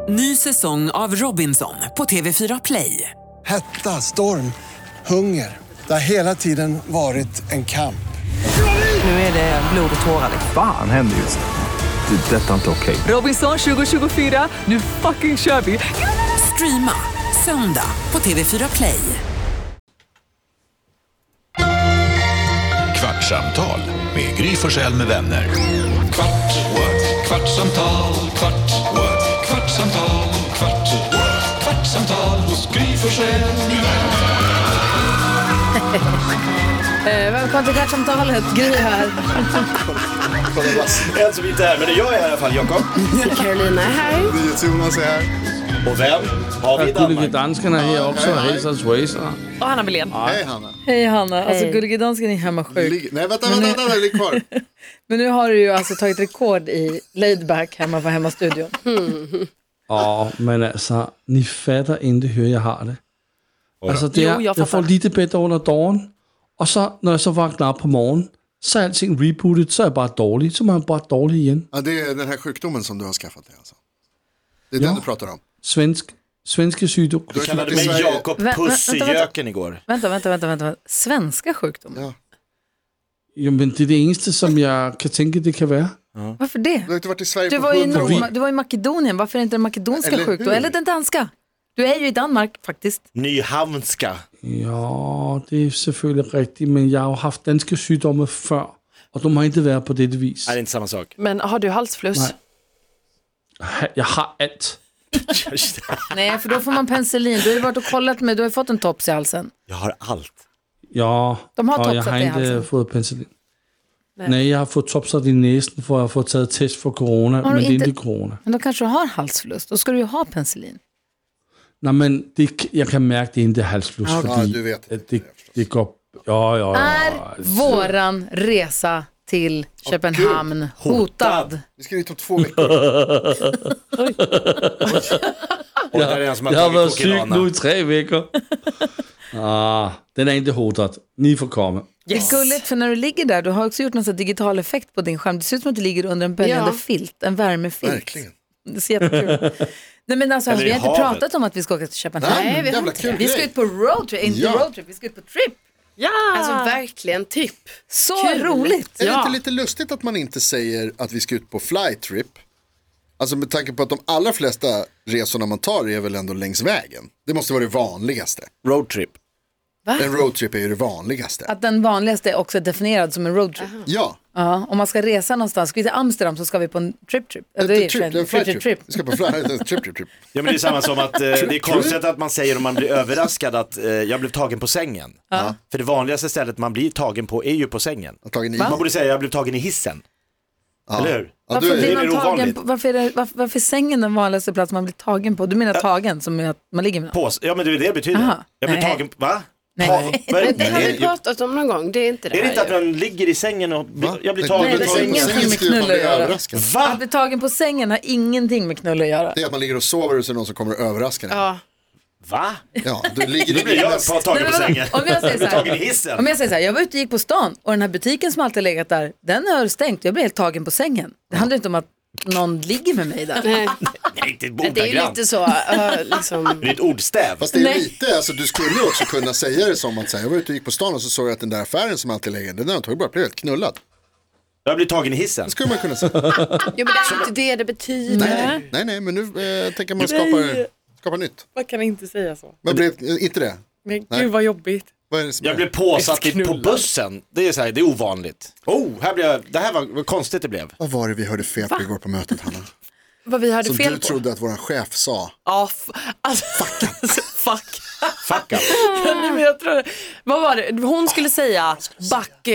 Ny säsong av Robinson på TV4 Play. Hetta, storm, hunger. Det har hela tiden varit en kamp. Nu är det blod och tårar. Fan händer just nu. Det. Detta är inte okej. Robinson 2024, nu fucking kör vi. Streama söndag på TV4 Play. Kvartsamtal med Gry Forssell med vänner. Kvart, what? Kvartsamtal, kvart, what? Kvartsamtal, kvart, what? Kvartsamtal hos Gry Forssell med vänner. Välkommen till Kvartsamtalet, Gry här. En som inte är här, men det gör jag i alla fall, Jakob. Carolina är här. Jonas är här. Och vem har vi i Danmark? Danskarna här också, hälsar Schweizer. Och Hanna Belén. Hej Hanna. Hej Hanna, alltså Gullige Dansken är hemma sjuk. Nej, vänta, ligg kvar. Men nu har du ju alltså tagit rekord i laidback hemma på hemmastudion. Ja, men alltså, ni fattar inte hur jag har det. Alltså, det är, jag får lite bättre under dagen. Och så, när jag så vaknar på morgonen, så är allting rebootet, så är jag bara dålig. Så är man bara dålig igen. Ja, det är den här sjukdomen som du har skaffat dig alltså. Det är den du pratar om. Svenska sjukdom. Du kallade mig Jakob Pussjöken igår. Vänta. Svenska sjukdomar? Ja. Jo, men det är det eneste som jag kan tänka det kan vara. Varför det? Du har inte varit i Sverige Du på var, 100 år. du var i Makedonien, varför är inte den makedonska Eller sjukdomen? hur? Eller den danska? Du är ju i Danmark faktiskt. Nyhamnska. Ja, det är selvfølgelig rigtigt, men jag har haft danska sygdomme før, och de har inte varit på det vis. Det är inte samma sak. Men har du halsfluss? Nej. Jag har allt. Nej, för då får man penicillin. Du har ju varit och kollat med, du har fått en tops i halsen. Jag har allt. Ja, De har och jag topsat har i inte halsen. fått penicillin. Nej, jag har fått topsat i näsen för att jag får taget test för corona, men det är inte corona. Men då kanske du har halsfluss, då ska du ju ha penicillin. Nej, men jag kan märka det är inte halsfluss, Ja, fordi du vet. det går... Ja. Är våran resa till Köpenhamn hotad? Vi ska dit om 2 veckor. Och där är en som har Jag har tagit varit syg Kokilana. nu i 3 veckor. Den är inte hotad. Ni får komma. Det är gulligt, för när du ligger där, du har också gjort någon sån digital effekt på din skärm. Det ser ut som att du ligger under en böljande filt, en värmefilt. Verkligen. Det ser jättekul. Nej, men alltså, Eller vi i har inte havet. pratat om att vi ska åka till Köpenhamn. Nej, vi har jävla inte kul Vi ska grej. ut på roadtrip, inte Ja. roadtrip, vi ska ut på trip. Ja! Alltså verkligen typ. Så Kul. roligt. Är det inte lite lustigt att man inte säger att vi ska ut på flytrip? Alltså med tanke på att de allra flesta resorna man tar är väl ändå längs vägen. Det måste vara det vanligaste. Roadtrip. En roadtrip är ju det vanligaste. Att den vanligaste är också definierad som en roadtrip. Ja, Ja, om man ska resa någonstans, ska vi till Amsterdam så ska vi på en trip. Ja, det är en flytrip. Vi ska på trip. Ja, men det är samma som att det är konstigt att man säger om man blir överraskad att jag blev tagen på sängen. Ja. För det vanligaste stället man blir tagen på är ju på sängen. Man borde säga jag blev tagen i hissen. Ja. Eller hur? Ja, Varför du blir är man tagen ovanligt. på, varför är sängen den vanligaste plats man blir tagen på? Du menar tagen som är att man ligger med någon? Ja, men det är det betyder. Aha. Jag blev Nej. tagen, va? Nej. Men det har vi Är pratat om någon gång, det är inte det det här inte att ju. man ligger i sängen och jag blir tagen Nej, i det är sängen? ingenting med knull att göra. Va? Att bli tagen på sängen har ingenting med knull att göra. Det är att man ligger och sover och så är det någon som kommer och överraskar en. Ja. Va? Ja, du ligger Nu blir jag tagen på sängen. Om jag säger så tagen i här, hissen. om jag säger så här, jag var ute och gick på stan och den här butiken som alltid legat där, den har stängt. Jag blev helt tagen på sängen. Det handlar inte om att någon ligger med mig där. Nej. Nej, inte ett Men det är ju ordagrant. lite så, liksom. Det är ett ordstäv. Fast det är lite, alltså du skulle ju också kunna säga det som att säga, jag var ute och gick på stan och så såg jag att den där affären som alltid lägger, den där tog bara blev helt knullad. Jag blir tagen i hissen. Det skulle man kunna säga. Jo, men det är inte det betyder. Nej, men nu tänker man skapa nytt. Man kan inte säga så. Men blev inte det? Men Nej. gud vad jobbigt. Vad är det som Jag är? blev påsatt på Knullad. bussen. Det är så här, det är ovanligt. Det här var vad konstigt det blev. Vad var det vi hörde fel på igår på mötet, Hanna? Vad vi hade Som fel du på. trodde att våran chef sa. Ja, alltså, fuck. Fuck up. Nej, men jag tror, vad var det? Hon skulle säga back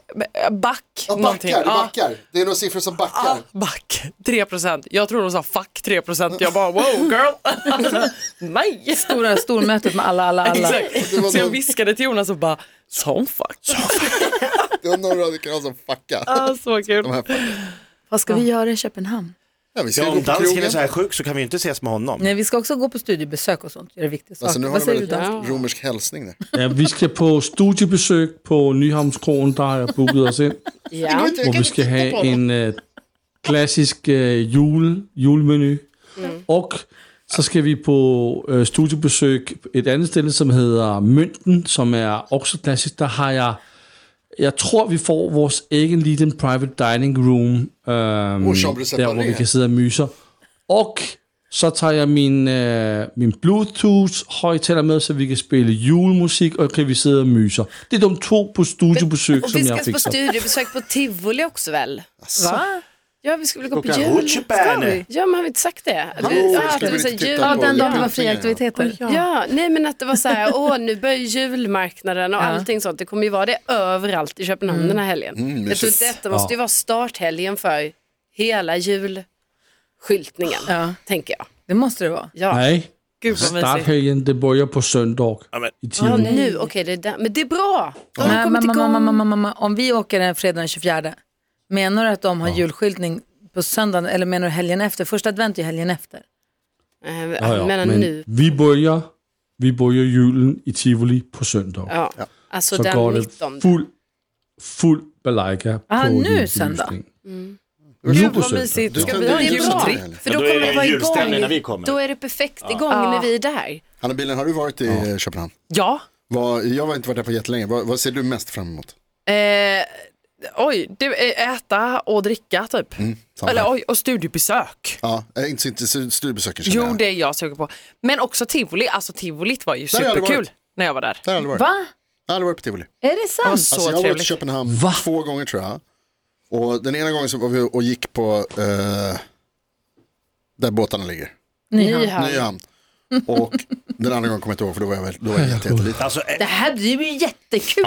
Ja, någonting. backar. Det är några siffror som backar. Ja, back 3%. Jag tror hon sa fuck 3%. Jag bara wow girl. Nej. Stormötet med alla. Exakt. Det var Så jag någon- viskade till Jonas och bara som fuck. Det var några radikaler som fuckar. Ah, så kul. De här fuckar. Vad ska vi göra i Köpenhamn? Ja, vi ska Ja, gå om på dansken är krogen. så här sjuk så kan vi ju inte ses med honom. Nej, vi ska också gå på studiebesök och sånt. Det är viktigt. Alltså nu har Vad de säger du väl då? en romersk hälsning där. Ja, vi ska på studiebesök på Nyhamnskrogen, där har jag bokat oss in. Ja. Och vi ska ha en klassisk julmenu Och så ska vi på studiebesök ett annat ställe som heter Mynten, som är också klassiskt. Där har jag tror vi får vår egen liten private dining room, där hvor vi kan sidde og myser. Och så tar jag min Bluetooth-højtaler med, så vi kan spela julmusik och kan vi sidde och myser. Det är de 2 på studiebesök som jag fixar. Och vi ska på studiebesök på Tivoli också väl? Va? Ja, vi skulle gå på jul. Ja, men har vi inte sagt det? Den dagen var fria aktiviteter. Ja, nej men att det var så här, nu börjar julmarknaden och allting sånt. Det kommer ju vara det överallt i Köpenhamn den här helgen. Jag tror detta måste ju vara starthelgen för hela julskyltningen, tänker jag. Det måste det vara. Ja. Nej, starthelgen, det börjar på söndag i Tivoli. Ja, nu, okej, det är där. Men det är bra. Om vi åker den fredag den 24, menar du att de har julskyltning på söndagen, eller menar du helgen efter? Första advent är helgen efter. Men nu. Vi börjar julen i Tivoli på söndag. Ja. Alltså så den går det 19. full belägga på nu söndag. Gud vad mysigt. Ska vi ha jultripp? För då kommer det vara igång. Då är det perfekt igång när vi är där. Hanna Bilen, har du varit i Köpenhamn? Ja. Jag har inte varit där på jättelänge. Vad ser du mest fram emot? Det är äta och dricka typ. Och studiebesök. Ja, inte studiebesöken. Jo, det är jag sugen på. Men också Tivoli. Alltså Tivolit var ju superkul när jag var där. Va? Jag har aldrig varit på Tivoli. Är det sant? Alltså, jag har varit i Köpenhamn 2 gånger tror jag. Och den ena gången så var vi och gick på där båtarna ligger. Nyhamn. Och den andra gången kommer jag inte ihåg, för då var jag jätteliten. Alltså, det här blir ju jättekul.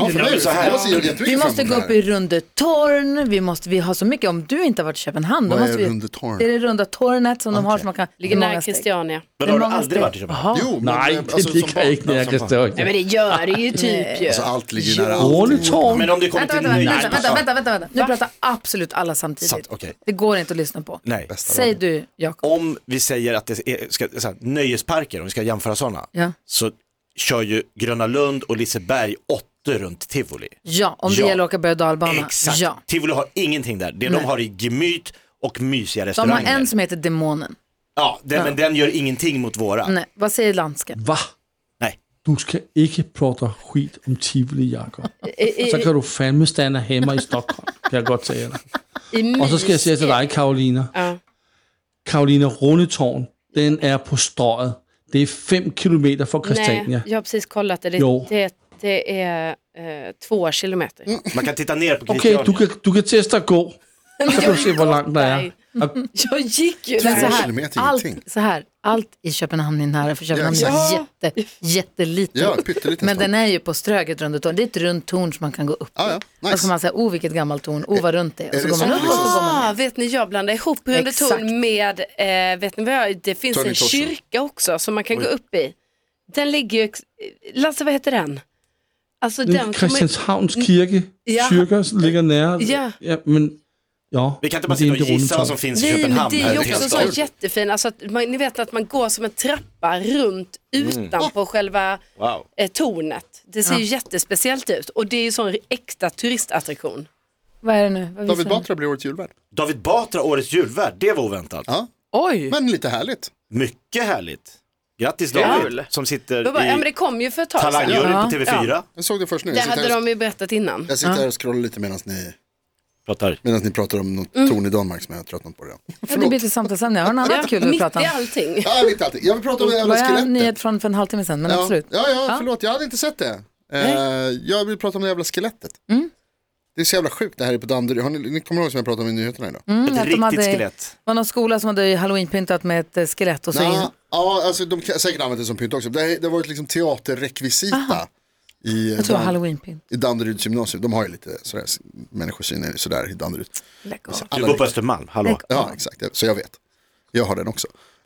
Vi måste gå upp i Rundetorn. Vi har så mycket. Om du inte har varit i Köpenhamn, då måste vi. Rundetorn? Det är det runda tornet som de har, som man kan ligga nära Christiania. Men har du aldrig varit i Köpenhamn? Jo, nej, det ligger inte nära Christiania. Men det gör det ju typ. Alltså allt ligger nära allt. Men om det kommer till vänta. Nu pratar absolut alla samtidigt. Det går inte att lyssna på. Nej. Säg du, Jakob. Om vi säger att det är nöjesparker, om vi ska jämföra sådana, så kör ju Gröna Lund och Liseberg 8 runt Tivoli. Ja, om det gäller att åka berg- och dalbana. Exakt. Ja. Tivoli har ingenting där. Det de har i gemyt och mysiga restauranger. De har en som heter Demonen. Ja, men den gör ingenting mot våra. Nej, vad säger Landsken? Va? Nej. Du ska inte prata skit om Tivoli, Jakob. Så kan du fandme stanna hemma i Stockholm, kan jag gott säga det. Och så ska jag säga till dig, Karolina. Karolina, Rundetorn, den är på strået. Det är 5 kilometer från Christiania. Nej, jag har precis kollat det. Det är 2 kilometer. Man kan titta ner på Christiania. Okej, du kan testa att gå. Så kan du se hur långt det är. Jag gick ju där. Allt i Köpenhamn är nära, för Köpenhamn är jätteliten. Ja, pytteliten. Men den är ju på Ströget runt torn. Det är ett runt torn som man kan gå upp i. Nice. Och så kan man säga, vilket gammalt torn, vad runt det är. Och så går man upp och så går man ner. Vet ni, jag blandar ihop runt torn med, vet ni vad, det finns en kyrka också som man kan gå upp i. Den ligger ju, Lasse, vad heter den? Alltså den Christianshavns kirke, kyrka ligger nära. Ja, men vi kan inte bara sitta och gissa vad som finns i Köpenhamn. Det är ju också så jättefin. Alltså ni vet att man går som en trappa runt utanpå själva tornet. Det ser ju jättespeciellt ut. Och det är ju sån äkta turistattraktion. Vad är det nu? David Batra blir årets julvärd. David Batra, årets julvärd, det var oväntat. Ja. Oj. Men lite härligt. Mycket härligt. Grattis David, som sitter men det kom ju för ett tag sedan. Talangjuryn på TV4. Jag såg det först nu. Det hade de ju berättat innan. Jag sitter här och scrollar lite medan ni pratar om något torn i Danmark som jag har tröttnat på redan. Det blir lite samtalsämne. Jag har en annan kul att prata om. Mitt i allting. Ja, mitt i allting. Jag vill prata om det jävla skelettet. Nyhet från för en halvtimme sedan, men absolut. Ja, förlåt. Jag hade inte sett det. Jag vill prata om det jävla skelettet. Det är så jävla sjukt det här är på Danderyd. Ni kommer ihåg som jag pratade om i nyheterna idag? Ett riktigt skelett. Det var någon skola som hade halloween-pyntat med ett skelett och så in. Ja, alltså de kan säkert använt det som pynt också. Det har varit liksom teaterrekvisita i Danderyds gymnasium. De har ju lite sådär människosyn sådär i Danderyd. Du går på Östermalm, hallå. Ja, exakt. Så jag vet. Jag har den också.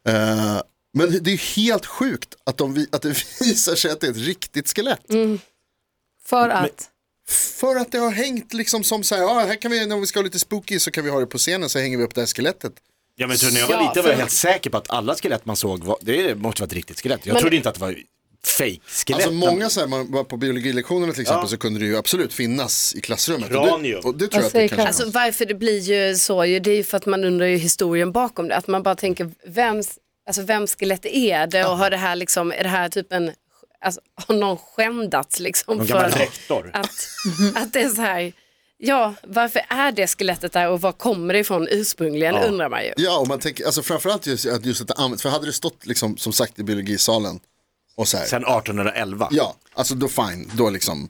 Men det är helt sjukt att det visar sig att det är ett riktigt skelett. För att det har hängt liksom som så här, här kan vi, när vi ska ha lite spooky så kan vi ha det på scenen, så hänger vi upp det här skelettet. Ja, men när jag var liten var jag helt säker på att alla skelett man såg, det måste vara ett riktigt skelett. Jag trodde inte att det var fake-skelett. Alltså många så här, man var på biologilektionerna till exempel, så kunde det ju absolut finnas i klassrummet. Och det tror jag att det kan. Alltså varför det blir ju så, det är ju för att man undrar ju historien bakom det. Att man bara tänker, alltså vem skelett är det och har det här liksom, är det här typ en, alltså har någon skändats liksom för rektor. Att det är så här, ja, varför är det skelettet där och var kommer det ifrån ursprungligen undrar man ju. Ja, och man tänker, alltså framförallt just att det används, för hade det stått liksom, som sagt i biologisalen och så här. Sen 1811. Ja, alltså då fine, då liksom.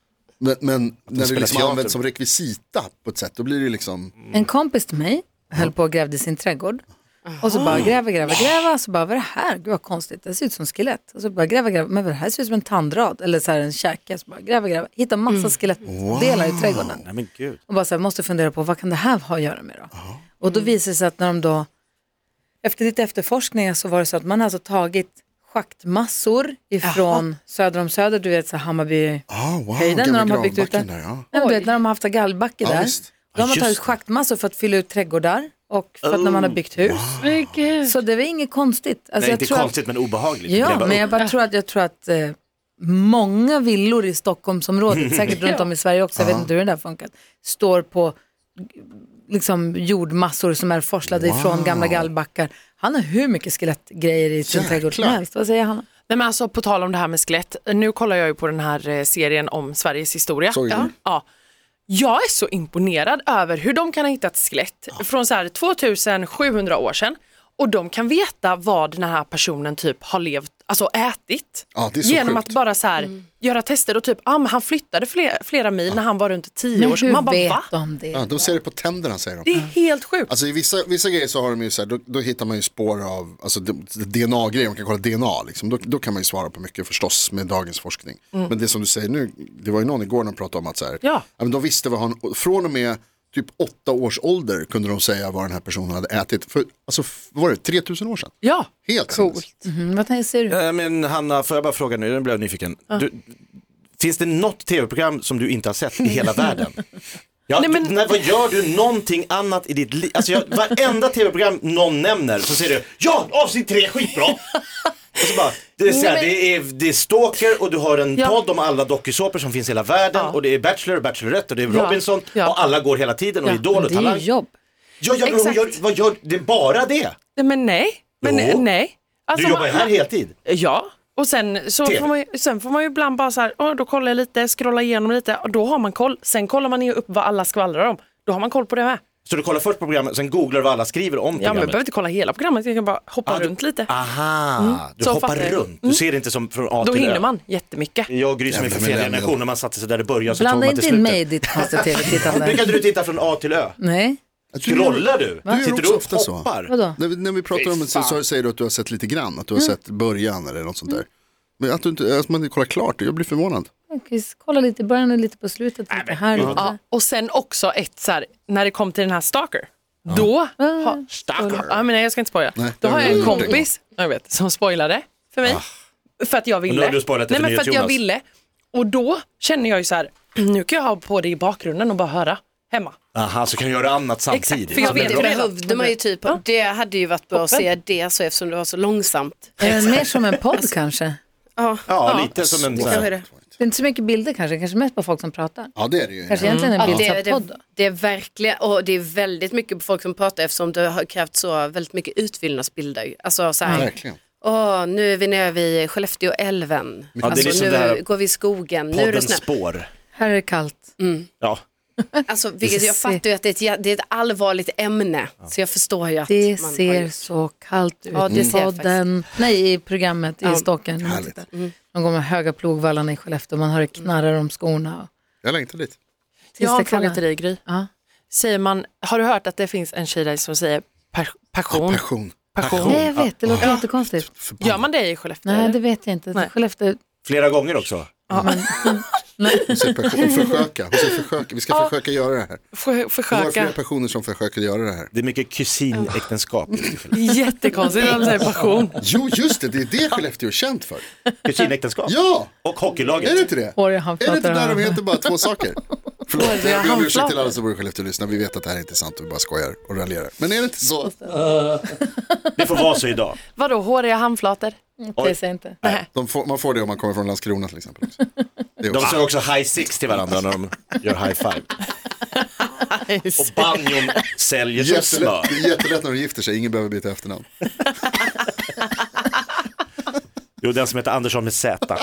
Men när det liksom används som rekvisita på ett sätt, då blir det ju liksom. En kompis till mig höll på och grävde sin trädgård. Och så bara gräva. Så bara, vad är det här? Gud vad konstigt, det ser ut som skelett. Och så bara gräva. Men vad det här ser ut som en tandrad. Eller så här en käke. Så bara gräva. Hitta massa skelettdelar i trädgården. Nej, men Gud. Och bara så här, måste fundera på, vad kan det här ha att göra med då? Och då visade det sig att när de då, efter lite efterforskningar så var det så att man alltså tagit schaktmassor ifrån söder om Söder. Du vet så Hammarby höjden när de har byggt ut den. Du vet, när de har haft gallbacke där. Då har man tagit schaktmassor för att fylla ut trädgårdar. Och för att när man har byggt hus. Så det var inget konstigt. Alltså, nej, inte konstigt men obehagligt. Ja, men jag tror att många villor i Stockholmsområdet, säkert runt om i Sverige också, jag vet inte hur det där funkar, står på liksom jordmassor som är forslade ifrån gamla gallbackar. Han har hur mycket skelettgrejer i sin trädgård som helst. Vad säger han? Nej, men alltså på tal om det här med skelett. Nu kollar jag ju på den här serien om Sveriges historia. Ja. Jag är så imponerad över hur de kan ha hittat skelett från så här 2700 år sedan. Och de kan veta vad den här personen typ har levt, alltså ätit. Ja, det är så genom sjukt. att bara så här göra tester och typ, men han flyttade flera mil när han var runt 10 år. Men man bara, vet va? de det? Ja, de ser det på tänderna, säger de. Det är helt sjukt. Alltså i vissa grejer så har de ju så här, då hittar man ju spår av, alltså DNA-grejer, man kan kolla DNA liksom. Då kan man ju svara på mycket förstås med dagens forskning. Men det som du säger nu, det var ju någon igår när de pratade om att så här, men de visste vad han, från och med typ 8 års ålder kunde de säga vad den här personen hade ätit. För, alltså, var det 3000 år sedan? Ja, helt coolt. Vad säger du? Men Hanna, får jag bara fråga nu, nu blev jag nyfiken. Finns det något tv-program som du inte har sett i hela världen? Ja, nej, vad gör du någonting annat i ditt liv? Alltså varenda tv-program någon nämner så säger du, avsnitt 3, skitbra. Och så bara, det är Stalker och du har en podd om alla dokusåpor som finns i hela världen och det är Bachelor och Bachelorette och det är Robinson och alla går hela tiden och Idol och Talang. Det är jobb. Vad gör det? Bara det? Nej. Alltså, du jobbar ju här heltid. Ja. Och sen får man ju ibland bara så här, då kollar jag lite, scrollar igenom lite och då har man koll. Sen kollar man ju upp vad alla skvallrar om. Då har man koll på det med. Så du kollar först på programmet, sen googlar vad alla skriver om programmet? Ja, men jag behöver inte kolla hela programmet, jag kan bara hoppa runt lite. Du hoppar runt. Du ser det inte som från A till Ö. Då hinner man jättemycket. Jag gryr mig för fel generation när man satte sig där det började. Blanda inte in mig i ditt konstiga tv-tittande. Brukade du titta från A till Ö? Nej. Scrollar du? Sitter du ofta så? Vadå? När vi pratar om det så säger du att du har sett lite grann, att du har sett början eller något sånt där. Men att man inte kollar klart, jag blir förvånad. Okay, kolla lite i början och lite på slutet. Lite här, lite. Ja, och sen också ett så här, när det kom till den här Stalker. Då jag ska inte spoila. Då har jag en kompis som spoilade för mig. För att jag ville. Och nu har du spoilat det för att jag ville. Och då känner jag ju så här, nu kan jag ha på det i bakgrunden och bara höra hemma. Aha, så kan du göra annat samtidigt. Exakt, för jag vet, det behövde man ju typ. Det hade ju varit bra att se det så eftersom det var så långsamt. Mer som en podd kanske? Ja, lite som en... Det är inte så mycket bilder kanske mest på folk som pratar. Ja, det är det ju. Kanske egentligen en bildsatt podd då. Det är verkligen, och det är väldigt mycket på folk som pratar eftersom det har krävt så väldigt mycket utfyllnadsbilder. Alltså så här, verkligen. Nu är vi nere vid Skellefteåälven. Ja, alltså, liksom nu går vi i skogen. Nu är det spår. Här är det kallt. Ja. Alltså, jag fattar ju att det är ett allvarligt ämne. Så jag förstår ju att det ser så kallt ut. Ja, det ser podden. Nej, i programmet i Stocken. De går med höga plogvallarna i Skellefteå. Man hör det knarrar om skorna. Jag längtar dit. Jag har en fråga till dig, Gry. Säger man, har du hört att det finns en tjej där som säger passion? Nej, jag vet. Det låter jättekonstigt. Gör man det i Skellefteå? Nej, det vet jag inte. Skellefteå... Flera gånger också. Ja, men... Hon säger försöka. Vi ska försöka göra det här. Försöka. Det var flera personer som försöker göra det här. Det är mycket kusinäktenskap. Jättekonstigt att säga passion. Jo, just det. Det är det Skellefteå är känt för. Kusinäktenskap? Ja! Och hockeylaget. Är det inte det? Är det inte där de heter bara 2 saker? Förlåt, jag ber om ursäkt till alla som bor i Skellefteå och lyssnar. Vi vet att det här är inte sant och vi bara skojar och raljerar. Men är det inte så? Det får vara så idag. Vadå, håriga handflator? Det säger inte. Man får det om man kommer från Landskrona till exempel. De säger också high six till varandra när de gör high five. Och banjon säljer som smör. Det är jättelätt när de gifter sig, ingen behöver byta efternamn. Jo, den som heter Andersson med Z.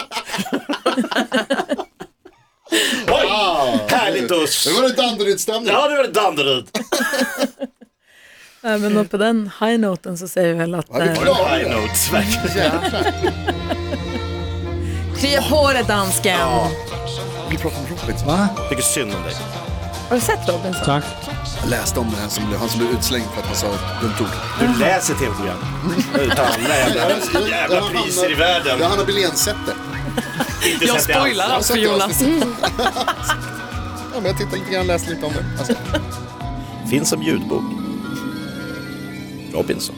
Oj, härligt oss. Det var det Danderyd-stämning. Ja, det var det Danderyd. Men på den high-noten så säger vi väl att... High-notes, verkligen. Krya på det, dansken. Ja. Vi pratar om Robinson. Va? Tycker synd om dig. Har du sett Robinson? Tack. Jag läste om han som blev utslängd för att han sa dumt ord. Du läser tv-program. Utan jävla priser i världen. Det har Hanna Billén sett det. Jag spoilar allt för Jonas. Ja, men jag tittar lite grann, läste lite om det. Alltså. Finns som ljudbok. Robinson.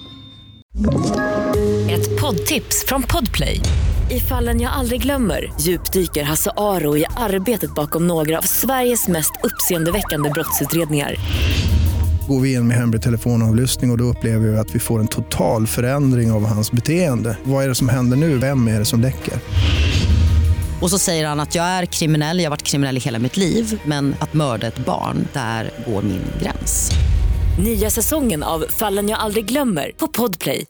Ett poddtips från Podplay. I Fallen jag aldrig glömmer djupdyker Hasse Aro i arbetet bakom några av Sveriges mest uppseendeväckande brottsutredningar. Går vi in med hemlig telefonavlyssning och då upplever vi att vi får en total förändring av hans beteende. Vad är det som händer nu? Vem är det som läcker? Och så säger han att jag är kriminell, jag har varit kriminell i hela mitt liv. Men att mörda ett barn, där går min gräns. Nya säsongen av Fallen jag aldrig glömmer på Podplay.